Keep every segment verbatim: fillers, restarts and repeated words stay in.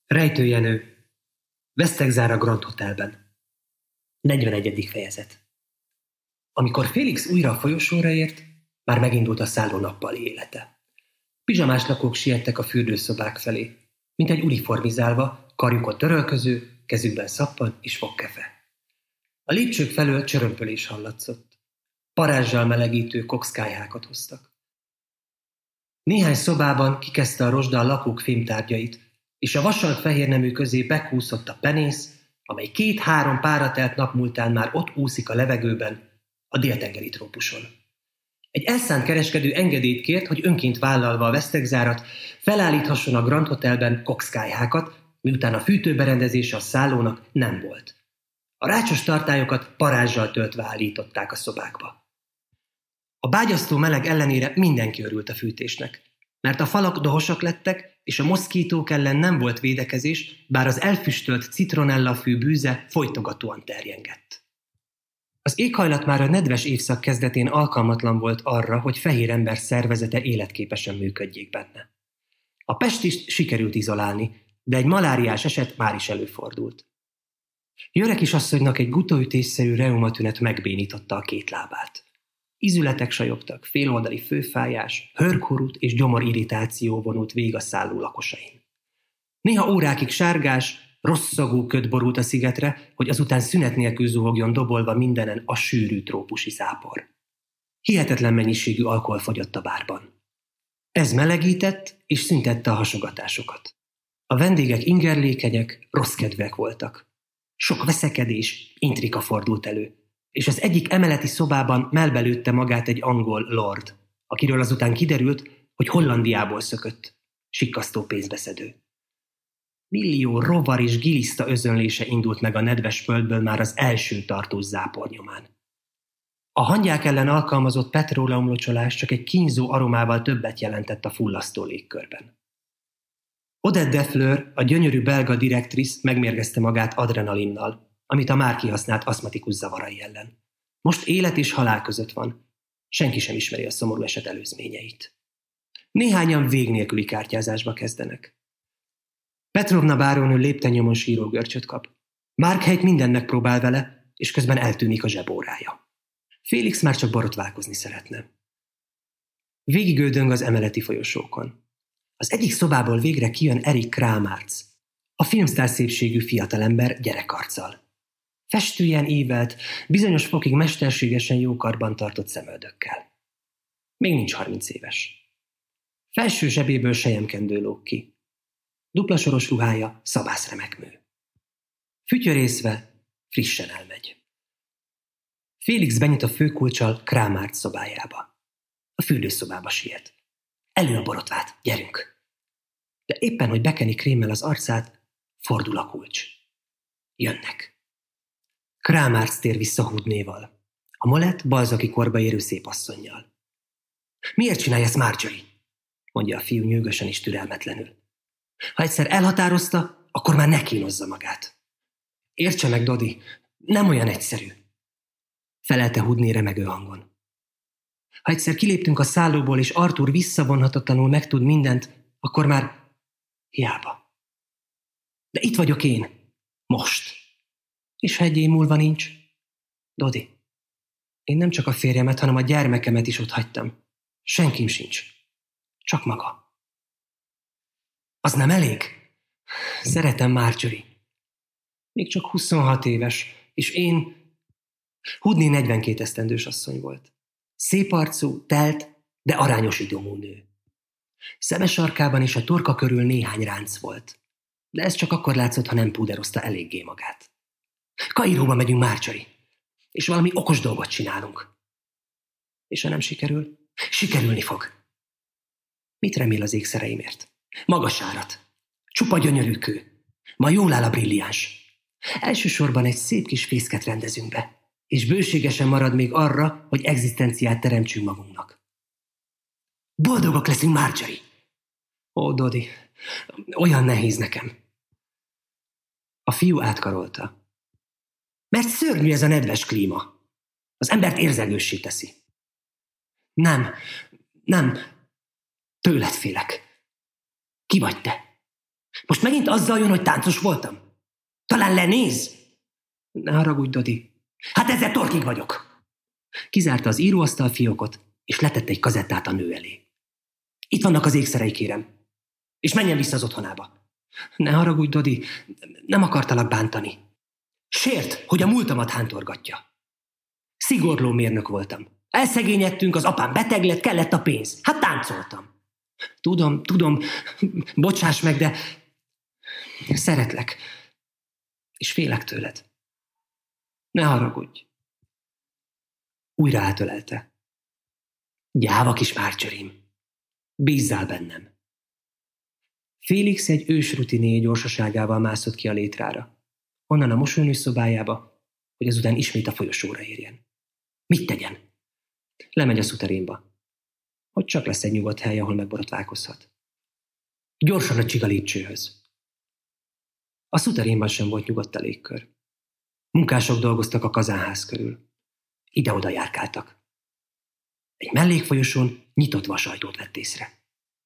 Rejtőjenő. Vesztegzár a Grand Hotelben. negyvenegyedik fejezet. Amikor Félix újra a folyosóra ért, már megindult a szálló nappali élete. Pizsamás lakók siettek a fürdőszobák felé, mint egy uniformizálva, karjukon törölköző, kezükben szappan és fogkefe. A lépcsők felől csörömpölés hallatszott. Parázssal melegítő kokszkályhákat hoztak. Néhány szobában kikezdte a rozsda a lakók fémtárgyait, és a vasalt fehérnemű közé bekúszott a penész, amely két-három páratelt nap múltán már ott úszik a levegőben, a déltengeri trópuson. Egy elszánt kereskedő engedélyt kért, hogy önként vállalva a vesztegzárat felállíthasson a Grand Hotelben kokszkályhákat, miután a fűtőberendezése a szállónak nem volt. A rácsos tartályokat parázssal töltve állították a szobákba. A bágyasztó meleg ellenére mindenki örült a fűtésnek, mert a falak dohosak lettek, és a moszkítók ellen nem volt védekezés, bár az elfüstölt citronellafű bűze folytogatóan terjengett. Az éghajlat már a nedves évszak kezdetén alkalmatlan volt arra, hogy fehér ember szervezete életképesen működjék benne. A pestist sikerült izolálni, de egy maláriás eset már is előfordult. Jöreg kisasszonynak egy gutóütésszerű reumatünet megbénította a két lábát. Izületek sajogtak, féloldali főfájás, hörgurút és gyomorirritáció vonult végig a szálló lakosain. Néha órákig sárgás, rosszagú köd borult a szigetre, hogy azután szünet nélkül zuhogjon dobolva mindenen a sűrű trópusi zápor. Hihetetlen mennyiségű alkohol fogyott a bárban. Ez melegített és szüntette a hasogatásokat. A vendégek ingerlékenyek, rosszkedvűek voltak. Sok veszekedés, intrika fordult elő, és az egyik emeleti szobában melbelőtte magát egy angol lord, akiről azután kiderült, hogy Hollandiából szökött, sikkasztó pénzbeszedő. Millió rovar és giliszta özönlése indult meg a nedves földből már az első tartós zápor nyomán. A hangyák ellen alkalmazott petróleumlocsolás csak egy kínzó aromával többet jelentett a fullasztó légkörben. Odette Defleur, a gyönyörű belga direktrisz megmérgezte magát adrenalinnal, amit a már kihasznált aszmatikus zavarai ellen. Most élet és halál között van. Senki sem ismeri a szomorú eset előzményeit. Néhányan vég nélküli kártyázásba kezdenek. Petrovna bárónő lépten nyomon sírógörcsöt kap. Markhelyt mindennek próbál vele, és közben eltűnik a zsebórája. Félix már csak borotválkozni szeretne. Végigődöng az emeleti folyosókon. Az egyik szobából végre kijön Erik Kramárc, a filmsztár szépségű fiatalember gyerekarccal. Festően ívelt, bizonyos fokig mesterségesen jó karban tartott szemöldökkel. Még nincs harminc éves. Felső zsebéből selyemkendő lóg ki. Duplasoros ruhája szabászremekmű. Fütyörészve frissen elmegy. Félix benyit a főkulccsal Kramárc szobájába. A fürdőszobába siet. Elő a borotvát, gyerünk! De éppen, hogy bekeni krémmel az arcát, fordul a kulcs. Jönnek. Kramárc tér vissza Hudnéval, a molett balzaki korba érő szép asszonnyal. Miért csinálja ezt, Marjorie? Mondja a fiú nyűgösen és türelmetlenül. Ha egyszer elhatározta, akkor már ne kínozza magát. Értse meg, Dodi, nem olyan egyszerű. Felelte Hudné remegő hangon. Ha egyszer kiléptünk a szállóból, és Arthur visszavonhatatlanul megtud mindent, akkor már hiába. De itt vagyok én. Most. És ha egy év múlva nincs? Dodi, én nem csak a férjemet, hanem a gyermekemet is ott hagytam. Senkim sincs. Csak maga. Az nem elég? Szeretem Marjorie. Még csak huszonhat éves, és én... Hudné negyvenkét esztendős asszony volt. Szép arcú, telt, de arányos idomú nő. Szeme sarkában és a torka körül néhány ránc volt. De ez csak akkor látszott, ha nem púderozta eléggé magát. Kairóba megyünk, Marjorie, és valami okos dolgot csinálunk. És ha nem sikerül, sikerülni fog. Mit remél az ékszereimért? Magas árat. Csupa gyönyörű kő. Ma jól áll a brilliáns. Elsősorban egy szép kis fészket rendezünk be, és bőségesen marad még arra, hogy egzisztenciát teremtsünk magunknak. Boldogok leszünk, Marjorie! Ó, Dodi, olyan nehéz nekem. A fiú átkarolta. Mert szörnyű ez a nedves klíma. Az embert érzelgőssé teszi. Nem, nem, tőled félek. Ki vagy te? Most megint azzal jön, hogy táncos voltam? Talán lenéz? Ne haragudj, Dodi. Hát ezzel torkig vagyok. Kizárta az íróasztal fiókot, és letette egy kazettát a nő elé. Itt vannak az ékszerei, kérem. És menjen vissza az otthonába. Ne haragudj, Dodi, nem akartalak bántani. Sért, hogy a múltamat hántorgatja. Szigorló mérnök voltam. Elszegényedtünk, az apám beteg lett, kellett a pénz. Hát táncoltam. Tudom, tudom, bocsáss meg, de szeretlek, és félek tőled. Ne haragudj. Újra átölelte. Gyáva kis Marjorie-m. Bízzál bennem. Félix egy ősrutiné gyorsaságával mászott ki a létrára. Onnan a mosónő szobájába, hogy azután ismét a folyosóra érjen. Mit tegyen? Lemegy a szuterénba, hogy csak lesz egy nyugodt hely, ahol megborotválkozhat. Gyorsan a csiga lépcsőhöz. A szuterénban sem volt nyugodt a légkör. Munkások dolgoztak a kazánház körül. Ide-oda járkáltak. Egy mellékfolyosón nyitott vasajtót vett észre.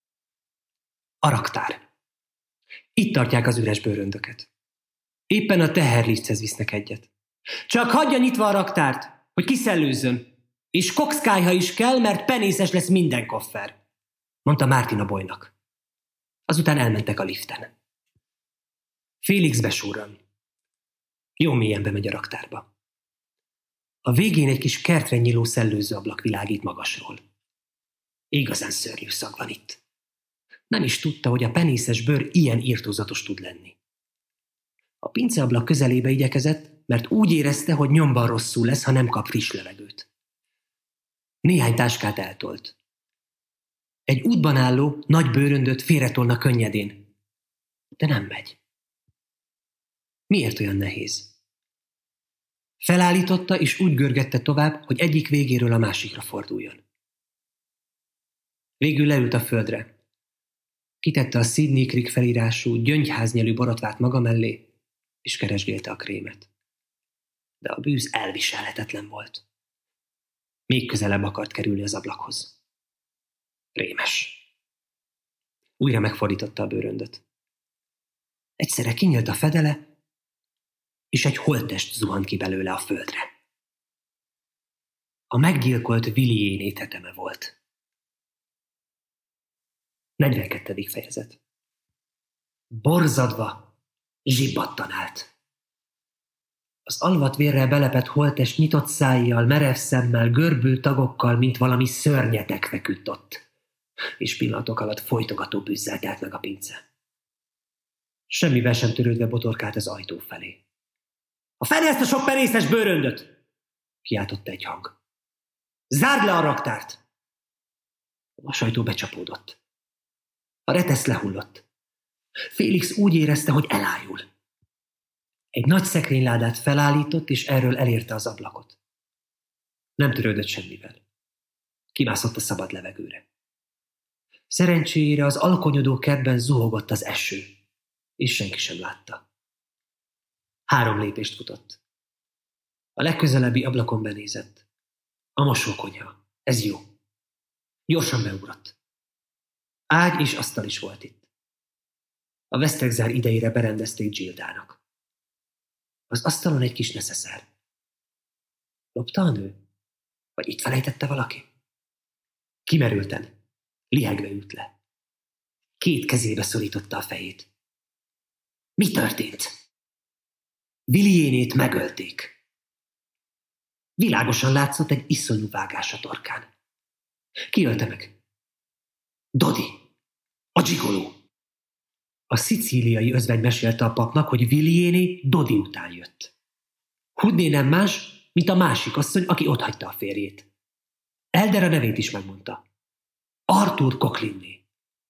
A raktár. Itt tartják az üres bőröndöket. Éppen a teherlifthez visznek egyet. Csak hagyja nyitva a raktárt, hogy kiszellőzzön, és kokszkályha is kell, mert penészes lesz minden koffer, mondta Martin a bolynak. Azután elmentek a liften. Félix besúrran. Jó mélyen bemegy a raktárba. A végén egy kis kertre nyíló szellőző ablak világít magasról. Igazán szörnyű szag van itt. Nem is tudta, hogy a penészes bőr ilyen irtózatos tud lenni. A pinceablak közelébe igyekezett, mert úgy érezte, hogy nyomban rosszul lesz, ha nem kap friss levegőt. Néhány táskát eltolt. Egy útban álló, nagy bőröndöt félretolna könnyedén. De nem megy. Miért olyan nehéz? Felállította, és úgy görgette tovább, hogy egyik végéről a másikra forduljon. Végül leült a földre. Kitette a Sydney Creek felírású, gyöngyháznyelű borotvát maga mellé, és keresgélte a krémet. De a bűz elviselhetetlen volt. Még közelebb akart kerülni az ablakhoz. Rémes. Újra megfordította a bőröndöt. Egyszerre kinyílt a fedele, és egy holttest zuhant ki belőle a földre. A meggyilkolt Williéné teteme volt. negyvenkettedik fejezet. Borzadva, zsibbattan állt. Az alvat vérrel belepett holttest nyitott szájjal, merev szemmel, görbült tagokkal, mint valami szörnyetek feküdt ott, és pillanatok alatt folytogató bűzzel telt meg a pince. Semmivel sem törődve botorkált az ajtó felé. A fene ezt a sok penészes bőröndöt! Kiáltotta egy hang. Zárd le a raktárt! A vasajtó becsapódott. A retesz lehullott. Félix úgy érezte, hogy elájul. Egy nagy szekrényládát felállított, és erről elérte az ablakot. Nem törődött semmivel. Kimászott a szabad levegőre. Szerencsére az alkonyodó kertben zuhogott az eső, és senki sem látta. Három lépést futott. A legközelebbi ablakon benézett. A mosókonyha. Ez jó. Gyorsan beugrott. Ágy és asztal is volt itt. A vesztegzár idejére berendezték Gildának. Az asztalon egy kis neszeszer. Lopta a nő? Vagy itt felejtette valaki? Kimerülten, lihegve ült le. Két kezébe szorította a fejét. Mi történt? Williénét megölték. Világosan látszott egy iszonyú vágás a torkán. Ki ölte meg? Dodi, a dzsigoló. A szicíliai özvegy mesélte a papnak, hogy Williéné Dodi után jött. Hudné nem más, mint a másik asszony, aki otthagyta a férjét. Elder a nevét is megmondta. Arthur Cochlinné.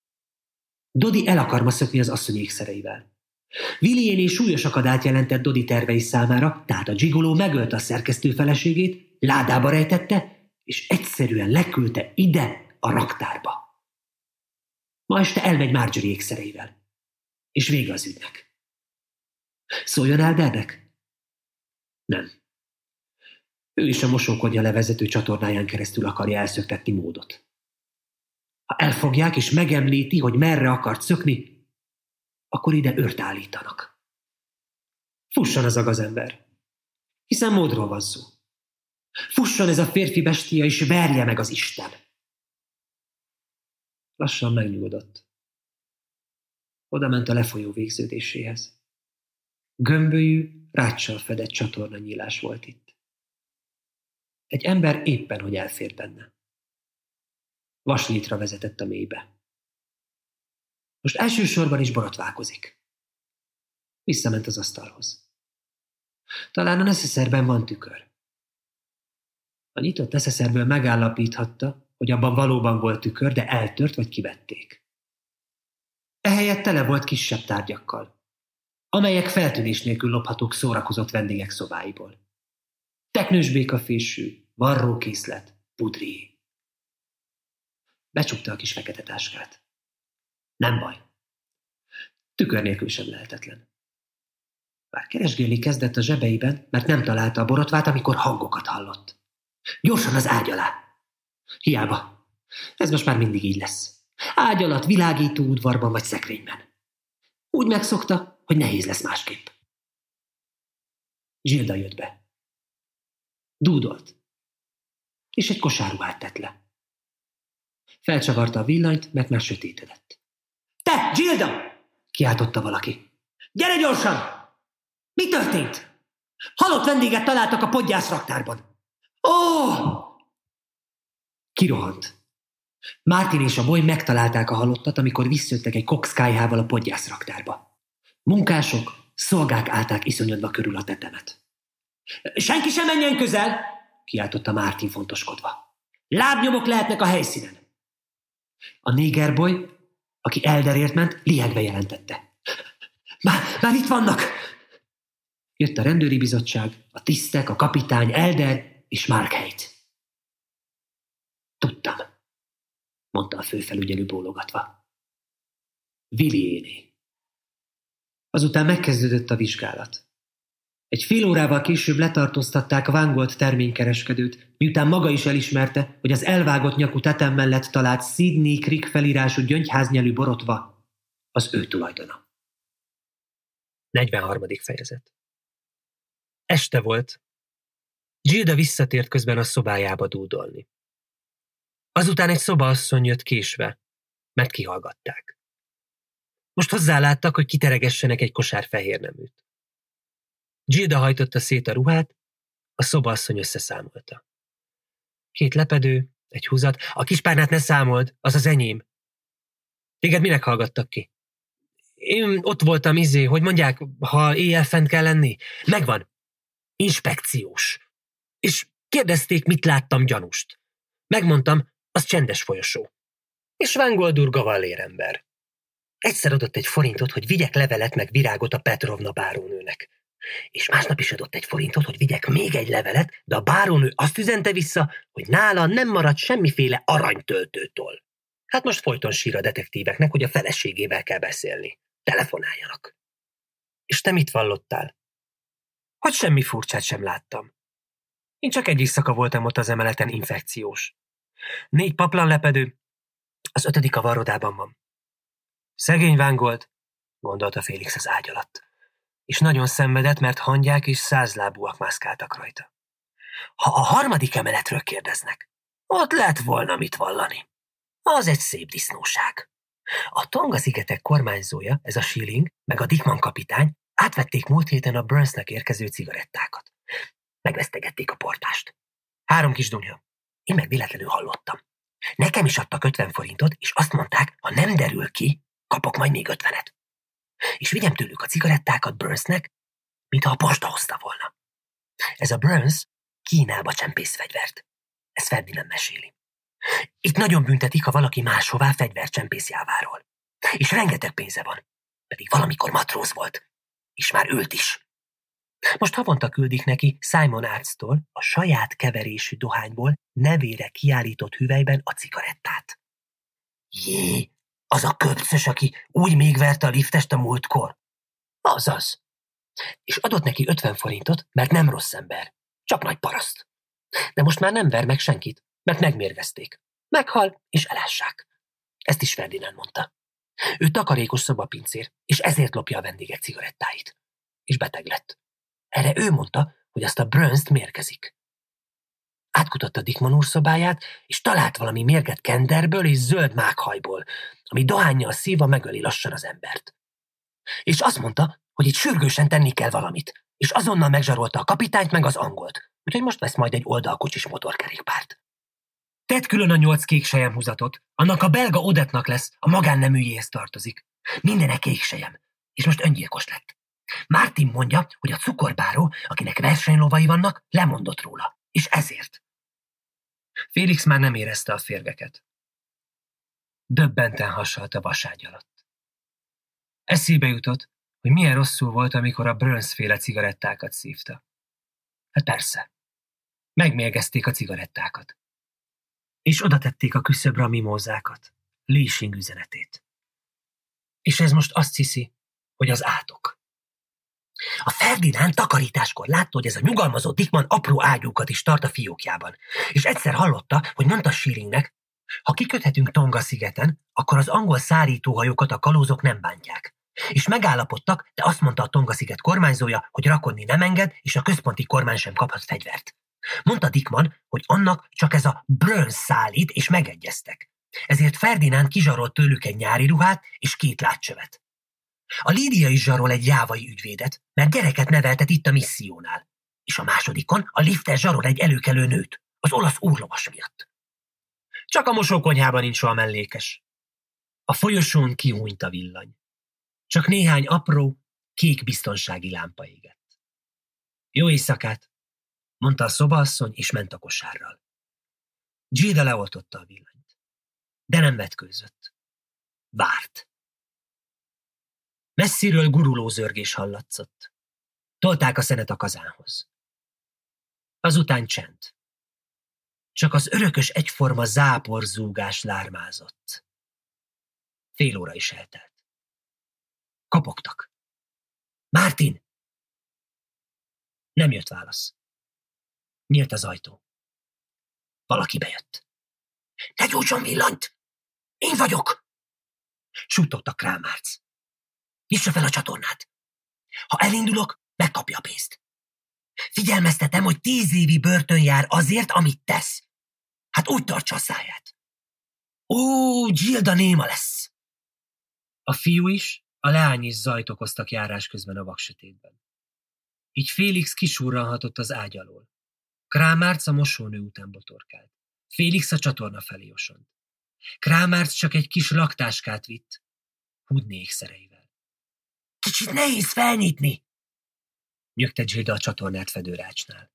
Dodi el akarma szökni az asszony ékszereivel. Williéné súlyos akadályt jelentett Dodi tervei számára, tehát a dzsigoló megölte a szerkesztő feleségét, ládába rejtette, és egyszerűen leküldte ide a raktárba. Ma este elmegy Marjorie ékszereivel. És vége az ügynek. Szóljon Eldernek? Nem. Ő is a mosókonyha levezető csatornáján keresztül akarja elszöktetni módot. Ha elfogják és megemlíti, hogy merre akart szökni, akkor ide őrt állítanak. Fusson az a gazember, hiszen módról van szó. Fusson ez a férfi bestia, és verje meg az Isten. Lassan megnyugodott. Oda ment a lefolyó végződéséhez. Gömbölyű, ráccsal fedett csatorna nyílás volt itt. Egy ember éppen, hogy elfér benne. Vaslétra vezetett a mélybe. Most elsősorban is borotválkozik. Visszament az asztalhoz. Talán a neszeszerben van tükör. A nyitott neszeszerből megállapíthatta, hogy abban valóban volt tükör, de eltört vagy kivették. Ehelyett tele volt kisebb tárgyakkal, amelyek feltűnés nélkül lophatók szórakozott vendégek szobáiból. Teknős békafésű, varrókészlet, pudrié. Becsukta a kis fekete táskát. Nem baj. Tükör nélkül sem lehetetlen. Bár keresgélni kezdett a zsebeiben, mert nem találta a borotvát, amikor hangokat hallott. Gyorsan az ágy alá. Hiába. Ez most már mindig így lesz. Ágy alatt, világító udvarban vagy szekrényben. Úgy megszokta, hogy nehéz lesz másképp. Gilda jött be. Dúdolt. És egy kosárruhát tett le. Felcsavarta a villanyt, mert már sötétedett. Te, Gilda! Kiáltotta valaki. Gyere gyorsan! Mi történt? Halott vendéget találtak a podgyász raktárban. Ó! Kirohant. Martin és a boly megtalálták a halottat, amikor visszajöttek egy Cox kályhával a podgyász raktárba. Munkások, szolgák állták iszonyodva körül a tetemet. Senki sem menjen közel! Kiáltotta Martin fontoskodva. Lábnyomok lehetnek a helyszínen. A négerboly, aki Elderért ment, lihegve jelentette. Már, már itt vannak! Jött a rendőri bizottság, a tisztek, a kapitány, Elder és Markhate. Tudtam, mondta a főfelügyelő bólogatva. Williéné. Azután megkezdődött a vizsgálat. Egy fél órával később letartóztatták Vangold terménykereskedőt, miután maga is elismerte, hogy az elvágott nyakú tetem mellett talált Sydney Creek felírású gyöngyháznyelű borotva az ő tulajdona. negyvenharmadik fejezet. Este volt. Gilda visszatért közben a szobájába dúdolni. Azután egy szobaasszony jött késve, mert kihallgatták. Most hozzáláttak, hogy kiteregessenek egy kosár fehérneműt. Gilda hajtotta szét a ruhát, a szobaasszony összeszámolta. Két lepedő, egy húzat, a kispárnát ne számold, az az enyém. Téged minek hallgattak ki? Én ott voltam izé, hogy mondják, ha éjjel fent kell lenni. Megvan. Inspekciós. És kérdezték, mit láttam gyanúst. Megmondtam, az csendes folyosó. És Vangold úr gavallérember. Egyszer adott egy forintot, hogy vigyek levelet meg virágot a Petrovna bárónőnek. És másnap is adott egy forintot, hogy vigyek még egy levelet, de a bárónő azt üzente vissza, hogy nála nem marad semmiféle aranytöltőtől. Hát most folyton sír a detektíveknek, hogy a feleségével kell beszélni. Telefonáljanak. És te mit vallottál? Hogy semmi furcsát sem láttam. Én csak egy éjszaka voltam ott az emeleten infekciós. Négy paplanlepedő, az ötödik a varrodában van. Szegény Vangold, gondolta Félix az ágy alatt, és nagyon szenvedett, mert hangyák és százlábúak mászkáltak rajta. Ha a harmadik emeletről kérdeznek, ott lett volna mit vallani. Az egy szép disznóság. A Tonga-szigetek kormányzója, ez a Schilling, meg a Dickman kapitány átvették múlt héten a Burnsnek érkező cigarettákat. Megvesztegették a portást. Három kis dunya. Én meg véletlenül hallottam. Nekem is adtak ötven forintot, és azt mondták, ha nem derül ki, kapok majd még ötvenet. És vigyem tőlük a cigarettákat Burnsnek, mintha a posta hozta volna. Ez a Burns Kínába csempész fegyvert. Ez Ferdinand meséli. Itt nagyon büntetik, ha valaki máshová fegyvercsempész jáváról. És rengeteg pénze van. Pedig valamikor matróz volt. És már ült is. Most havonta küldik neki Simon Arts-tól a saját keverésű dohányból nevére kiállított hüvelyben a cigarettát. Jé, az a köpcös, aki úgy még verte a liftest a múltkor. Azaz. És adott neki ötven forintot, mert nem rossz ember. Csak nagy paraszt. De most már nem ver meg senkit, mert megmérgezték. Meghal, és elássák. Ezt is Ferdinand mondta. Ő takarékos szobapincér, és ezért lopja a vendégek cigarettáit. És beteg lett. Erre ő mondta, hogy azt a Burns-t mérgezik. Átkutatta Dickman úr szobáját, és talált valami mérget kenderből és zöld mághajból, ami dohánnyal szívva megöli lassan az embert. És azt mondta, hogy itt sürgősen tenni kell valamit, és azonnal megzsarolta a kapitányt meg az angolt, úgyhogy most vesz majd egy oldalkocsis motorkerékpárt. Tedd külön a nyolc kék selyemhúzatot, annak a belga Odetnak lesz, a magánneműjéhez tartozik. Mindene kék sejem, és most öngyilkos lett. Martin mondja, hogy a cukorbáró, akinek versenylovai vannak, lemondott róla, és ezért. Félix már nem érezte a férgeket. Döbbenten hasalt a vaságy alatt. Eszébe jutott, hogy milyen rosszul volt, amikor a Burns-féle cigarettákat szívta. Hát persze. Megmérgezték a cigarettákat. És oda tették a küszöbre a mimózákat, leasing üzenetét. És ez most azt hiszi, hogy az átok. A Ferdinand takarításkor látta, hogy ez a nyugalmazó Dickman apró ágyúkat is tart a fiókjában, és egyszer hallotta, hogy mondta Shearingnek, ha kiköthetünk Tonga szigeten, akkor az angol szállítóhajókat a kalózok nem bántják. És megállapodtak, de azt mondta a Tonga sziget kormányzója, hogy rakodni nem enged, és a központi kormány sem kaphat fegyvert. Mondta Dickman, hogy annak csak ez a Burns szállít, és megegyeztek. Ezért Ferdinand kizsarolt tőlük egy nyári ruhát és két látcsövet. A Lídia is zsarol egy jávai ügyvédet, mert gyereket neveltet itt a missziónál. És a másodikon a lifter zsarol egy előkelő nőt, az olasz úrlovas miatt. Csak a mosókonyhában nincs soha mellékes. A folyosón kihúnyt a villany. Csak néhány apró, kék biztonsági lámpa égett. Jó éjszakát, mondta a szobaasszony, és ment a kosárral. Gilda leoltotta a villanyt. De nem vetkőzött. Várt. Messziről guruló zörgés hallatszott. Tolták a szenet a kazánhoz. Azután csend. Csak az örökös egyforma záporzúgás lármázott. Fél óra is eltelt. Kopogtak. Martin! Nem jött válasz. Nyílt az ajtó. Valaki bejött. Ne gyújtson villanyt! Én vagyok! Suttogta Krámárc. Nyissa fel a csatornát. Ha elindulok, megkapja a pénzt. Figyelmeztetem, hogy tíz évi börtön jár azért, amit tesz. Hát úgy tartsa a száját. Ó, Gilda néma lesz. A fiú is, a leány is zajt okoztak járás közben a vaksötétben. Így Félix kisurranhatott az ágy alól. Krámárc a mosónő után botorkált. Félix a csatorna felé osont. Krámárc csak egy kis laktáskát vitt, húdni ékszereivel. Kicsit nehéz felnyitni, nyögte Gilda a csatornát fedő rácsnál.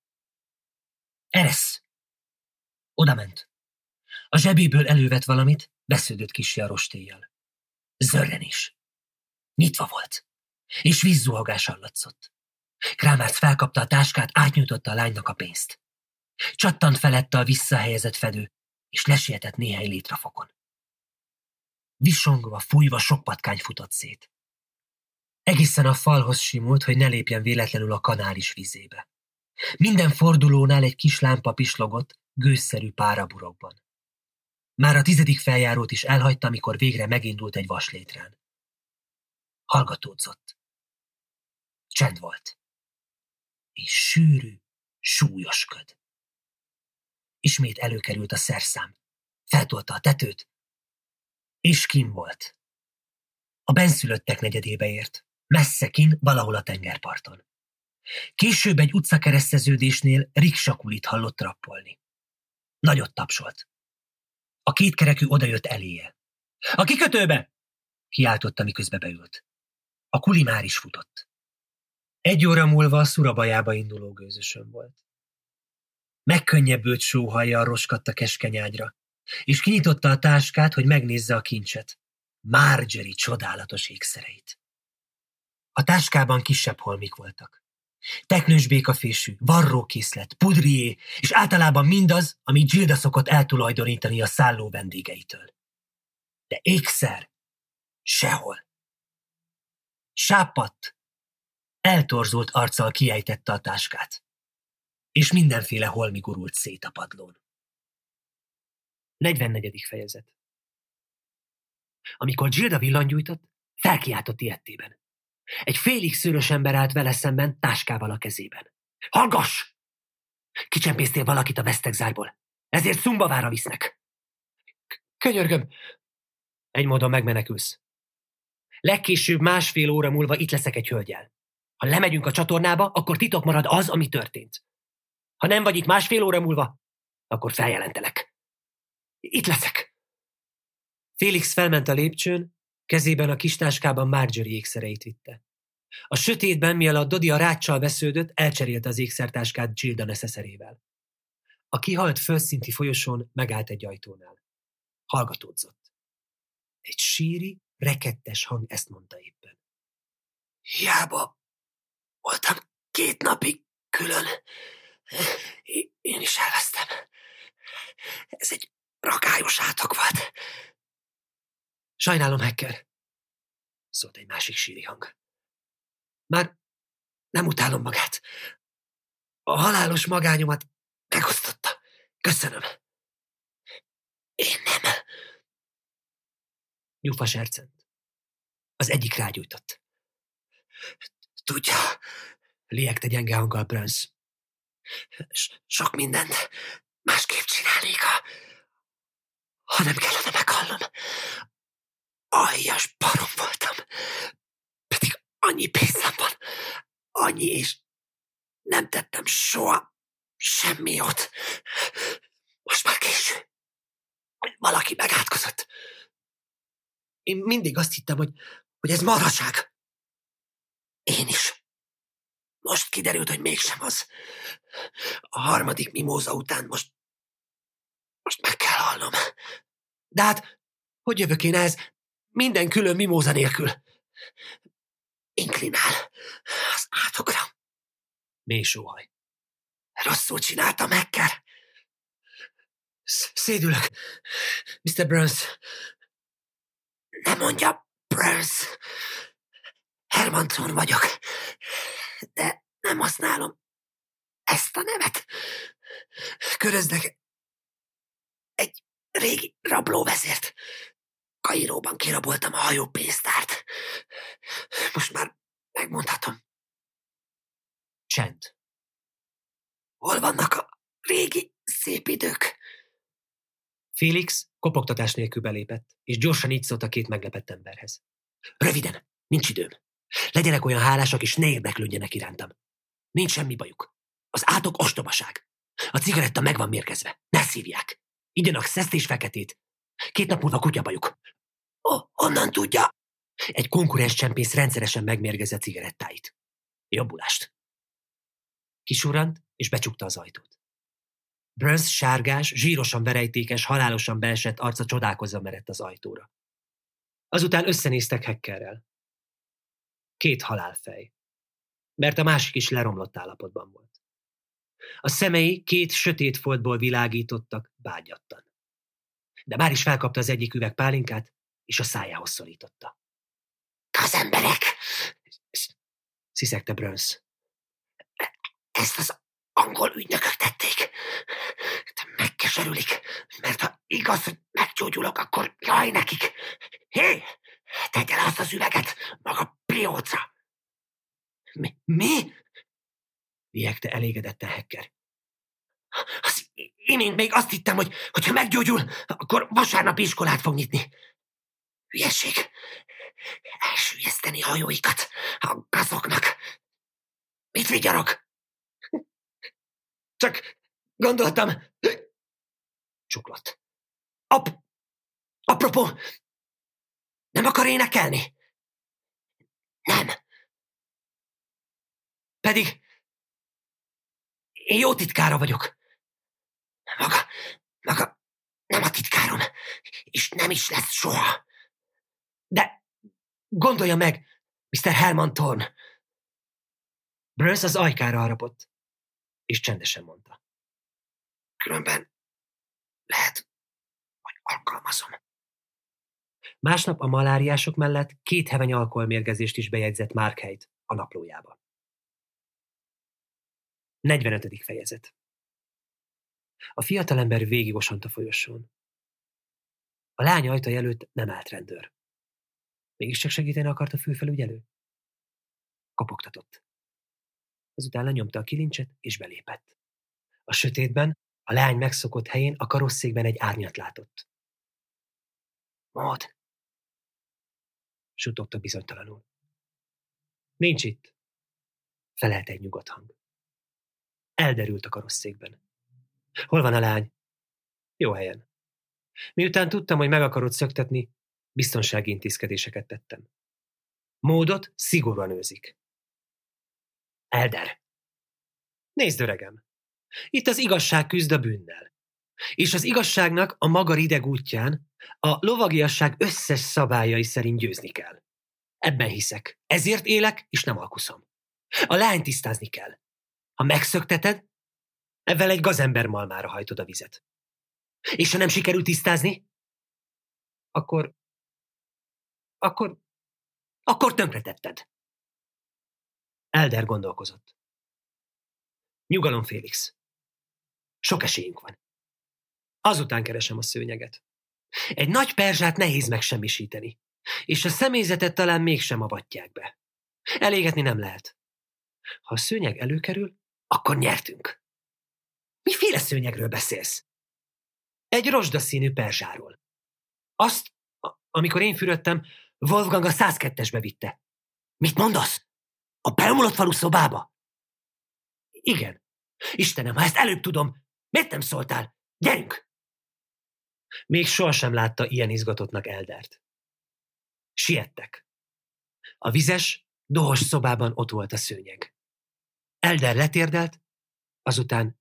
Eresz! Oda ment. A zsebéből elővett valamit, vesződött kissé a rostélyjal. Zörrenés. Nyitva volt, és vízzuhogás hallatszott. Krámárc felkapta a táskát, átnyújtotta a lánynak a pénzt. Csattant felette a visszahelyezett fedő, és lesietett néhány létrafokon. Visongva, fújva sok patkány futott szét. Egészen a falhoz simult, hogy ne lépjen véletlenül a kanális vízébe. Minden fordulónál egy kis lámpa pislogott, gőzszerű páraburokban. Már a tizedik feljárót is elhagyta, amikor végre megindult egy vaslétrán. Hallgatódzott. Csend volt. És sűrű, súlyos köd. Ismét előkerült a szerszám. Feltolta a tetőt, és kin volt. A benszülöttek negyedébe ért, messze kin, valahol a tengerparton. Később egy utcakereszteződésnél riksakulit hallott rappolni. Nagyot tapsolt. A kétkerekű odajött eléje. A kikötőbe! Kiáltotta, miközben beült. A kuli már is futott. Egy óra múlva a Szurabajába induló gőzösön volt. Megkönnyebbült sóhajjal roskadt a keskeny ágyra, és kinyitotta a táskát, hogy megnézze a kincset, Marjorie csodálatos ékszereit. A táskában kisebb holmik voltak. Teknős békafésű, varrókészlet, pudrié, és általában mindaz, amit Gilda szokott eltulajdonítani a szálló vendégeitől. De ékszer sehol. Sápadt, eltorzult arccal kiejtette a táskát, és mindenféle holmi gurult szét a padlón. negyvennegyedik fejezet. Amikor Gilda villangyújtott, felkiáltott ilyettében. Egy félig szőrös ember állt vele szemben táskával a kezében. Hallgass! Kicsempésztél valakit a vesztegzárból. Ezért Szumbavára visznek. Könyörgöm. Egy módon megmenekülsz. Legkésőbb másfél óra múlva itt leszek egy hölgyel. Ha lemegyünk a csatornába, akkor titok marad az, ami történt. Ha nem vagy itt másfél óra múlva, akkor feljelentelek. Itt leszek. Félix felment a lépcsőn, kezében a kistáskában Marjorie ékszereit vitte. A sötétben, mielőtt Dodi a ráccsal vesződött, elcserélte az ékszertáskát Gilda neszeszerével. A kihalt földszinti folyosón megállt egy ajtónál. Hallgatódzott. Egy síri, rekettes hang ezt mondta éppen. Hiába voltam két napig külön. Én is elvesztem. Ez egy rakályos átok volt. Sajnálom, Hacker, szólt egy másik síri hang. Már nem utálom magát. A halálos magányomat megosztotta. Köszönöm. Én nem. Nyufa sercent. Az egyik rágyújtott. Tudja, liegte gyenge hanggal Burns. Sok mindent másképp csinálnék, ha, ha nem kellene meghallom. Aljas barom voltam. Pedig annyi pénzem van. Annyi, és nem tettem soha semmi ott. Most már késő. Valaki megátkozott. Én mindig azt hittem, hogy, hogy ez marhaság. Én is. Most kiderült, hogy mégsem az. A harmadik mimóza után most most meg kell halnom. De hát, hogy jövök én ehhez minden külön mimóza nélkül? Inklinál az átokra. Mély sóhaj. Rosszul csináltam, Hacker. Szédülök. miszter Burns. Nem mondja Burns. Herman Thorne vagyok. De nem használom ezt a nevet. Köröznek egy régi rablóvezért. Kairóban kiraboltam a hajópénztárt. Most már megmondhatom. Csend. Hol vannak a régi szép idők? Félix kopogtatás nélkül belépett, és gyorsan így szólt a két meglepett emberhez. Röviden, nincs időm. Legyenek olyan hálásak, és ne érdeklődjenek irántam. Nincs semmi bajuk. Az átok ostobaság. A cigaretta meg van mérgezve. Ne szívják. Igyanak szeszt és feketét. Két nap múlva kutyabajuk. Oh, honnan tudja? Egy konkurens csempész rendszeresen megmérgezze cigarettáit. Jobbulást. Kisurrant, és becsukta az ajtót. Burns sárgás, zsírosan verejtékes, halálosan beesett arca csodálkozva merett az ajtóra. Azután összenéztek Hackerrel. Két halálfej. Mert a másik is leromlott állapotban volt. A szemei két sötét foltból világítottak bágyattan. De már is felkapta az egyik üveg pálinkát, és a szájához szorította. Gazemberek! Sziszegte Burns. Ezt az angol ügynökök tették. Megkeserülik, mert ha igaz, hogy meggyógyulok, akkor jaj nekik. Hé, tegye le azt az üveget, maga pióca! Mi? Mi? Liegte elégedetten Hacker. Az imént még azt hittem, hogy hogyha meggyógyul, akkor vasárnap iskolát fog nyitni. Hülyeség. Elsüllyeszteni hajóikat a gazoknak. Mit vigyarok? Csak gondoltam. Csuklott. Ap, apropó, nem akar énekelni? Nem. Pedig én jó titkára vagyok. Maga, maga nem a titkárom, és nem is lesz soha. De gondolja meg, miszter Herman Thorne. Burns az ajkára harapott, és csendesen mondta. Különben lehet, hogy alkalmazom. Másnap a maláriások mellett két heveny alkoholmérgezést is bejegyzett Markheidt a naplójába. negyvenötödik fejezet. A fiatalember végigosont a folyosón. A lány ajtaja előtt nem állt rendőr. Mégiscsak segíteni akart a főfelügyelő? Kopogtatott. Azután lenyomta a kilincset, és belépett. A sötétben, a lány megszokott helyén a karosszékben egy árnyat látott. Maud! Suttogta bizonytalanul. Nincs itt, felelte egy nyugodt hang. Elderült a karosszékben. Hol van a lány? Jó helyen. Miután tudtam, hogy meg akarod szöktetni, biztonsági intézkedéseket tettem. Maudot szigorúan őzik. Elder! Nézd, öregem! Itt az igazság küzd a bűnnel. És az igazságnak a maga rideg útján a lovagiasság összes szabályai szerint győzni kell. Ebben hiszek. Ezért élek, és nem alkuszom. A lányt tisztázni kell. Ha megszökteted, ezzel egy gazember malmára hajtod a vizet. És ha nem sikerül tisztázni, akkor... akkor... akkor tönkretetted. Elder gondolkozott. Nyugalom, Félix. Sok esélyünk van. Azután keresem a szőnyeget. Egy nagy perzsát nehéz megsemmisíteni, és a személyzetet talán mégsem avatják be. Elégetni nem lehet. Ha a szőnyeg előkerül, akkor nyertünk. Miféle szőnyegről beszélsz? Egy rozsdaszínű perzsáról. Azt, amikor én fürödtem, Wolfgang a százkettesbe vitte. Mit mondasz? A beomlott falu szobába? Igen. Istenem, ha ezt előbb tudom, miért nem szóltál? Gyerünk! Még sohasem látta ilyen izgatottnak Eldert. Siettek. A vizes, dohos szobában ott volt a szőnyeg. Elder letérdelt, azután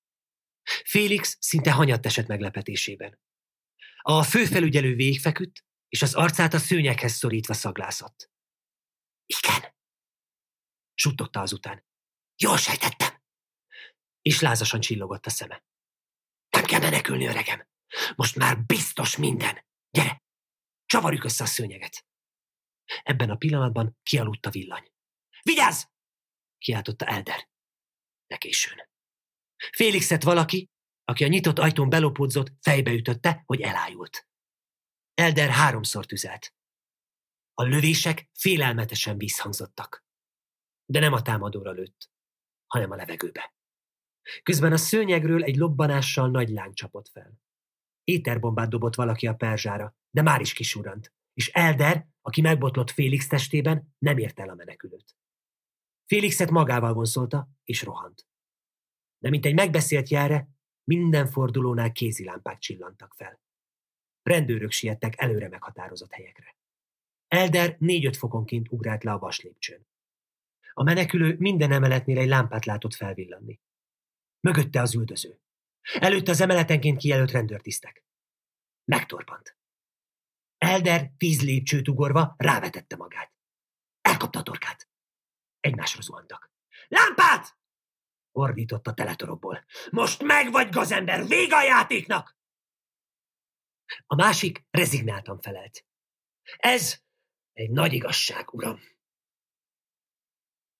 Félix szinte hanyatt esett meglepetésében. A főfelügyelő végigfeküdt, és az arcát a szőnyeghez szorítva szaglászott. Igen, suttogta azután. Jól sejtettem. És lázasan csillogott a szeme. Nem kell menekülni, öregem. Most már biztos minden. Gyere, csavarjuk össze a szőnyeget. Ebben a pillanatban kialudt a villany. Vigyázz! Kiáltotta Elder. De későn. Félixet valaki, aki a nyitott ajtón belopódzott, fejbeütötte, hogy elájult. Elder háromszor tüzelt. A lövések félelmetesen visszhangzottak. De nem a támadóra lőtt, hanem a levegőbe. Közben a szőnyegről egy lobbanással nagy láng csapott fel. Éterbombát dobott valaki a perzsára, de már is kisurrant, és Elder, aki megbotlott Félix testében, nem ért el a menekülőt. Félixet magával vonszolta, és rohant. De mint egy megbeszélt jelre, minden fordulónál kézilámpák csillantak fel. Rendőrök siettek előre meghatározott helyekre. Elder négy-öt fokonként ugrált le a vaslépcsőn. A menekülő minden emeletnél egy lámpát látott felvillanni. Mögötte az üldöző. Előtte az emeletenként kijelölt rendőrtisztek. Megtorpant. Elder tíz lépcsőt ugorva rávetette magát. Elkapta a torkát. Egymásra zuhantak. Lámpát! Ordított a teletorokból. Most meg vagy, gazember, vége a játéknak! A másik rezignáltan felelt. Ez egy nagy igazság, uram.